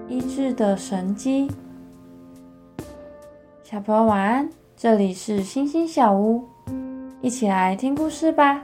医治的神迹。小朋友晚安，这里是星星小屋，一起来听故事吧。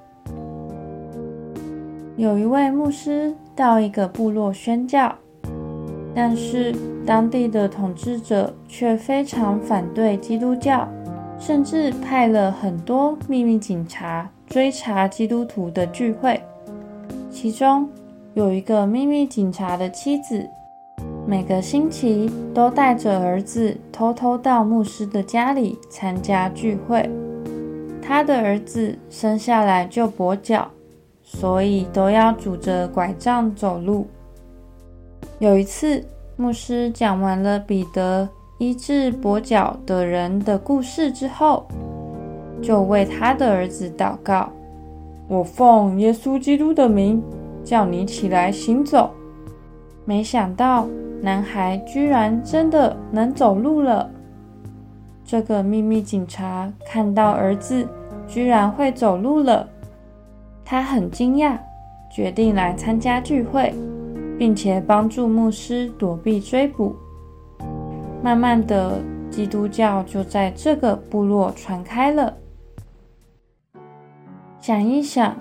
有一位牧师到一个部落宣教，但是当地的统治者却非常反对基督教，甚至派了很多秘密警察追查基督徒的聚会。其中有一个秘密警察的妻子，每个星期都带着儿子偷偷到牧师的家里参加聚会。他的儿子生下来就跛脚，所以都要拄着拐杖走路。有一次，牧师讲完了彼得医治跛脚的人的故事之后，就为他的儿子祷告：我奉耶稣基督的名，叫你起来行走。没想到男孩居然真的能走路了。这个秘密警察看到儿子居然会走路了，他很惊讶，决定来参加聚会，并且帮助牧师躲避追捕。慢慢的，基督教就在这个部落传开了。想一想，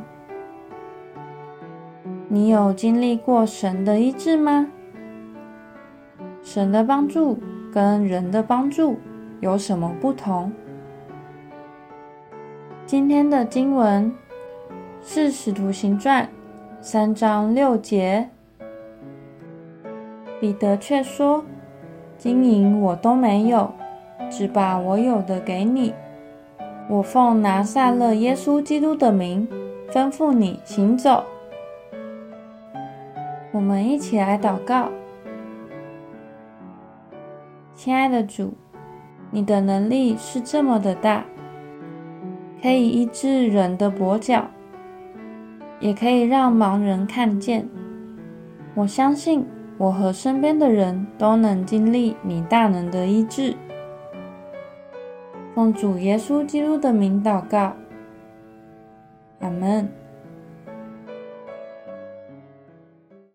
你有经历过神的医治吗？神的帮助跟人的帮助有什么不同？今天的经文是《使徒行传》3章6节。彼得却说：金银我都没有，只把我有的给你。我奉拿撒勒耶稣基督的名，吩咐你行走。我们一起来祷告。亲爱的主，你的能力是这么的大，可以医治人的跛脚，也可以让盲人看见。我相信我和身边的人都能经历你大能的医治。奉主耶稣基督的名祷告，阿们。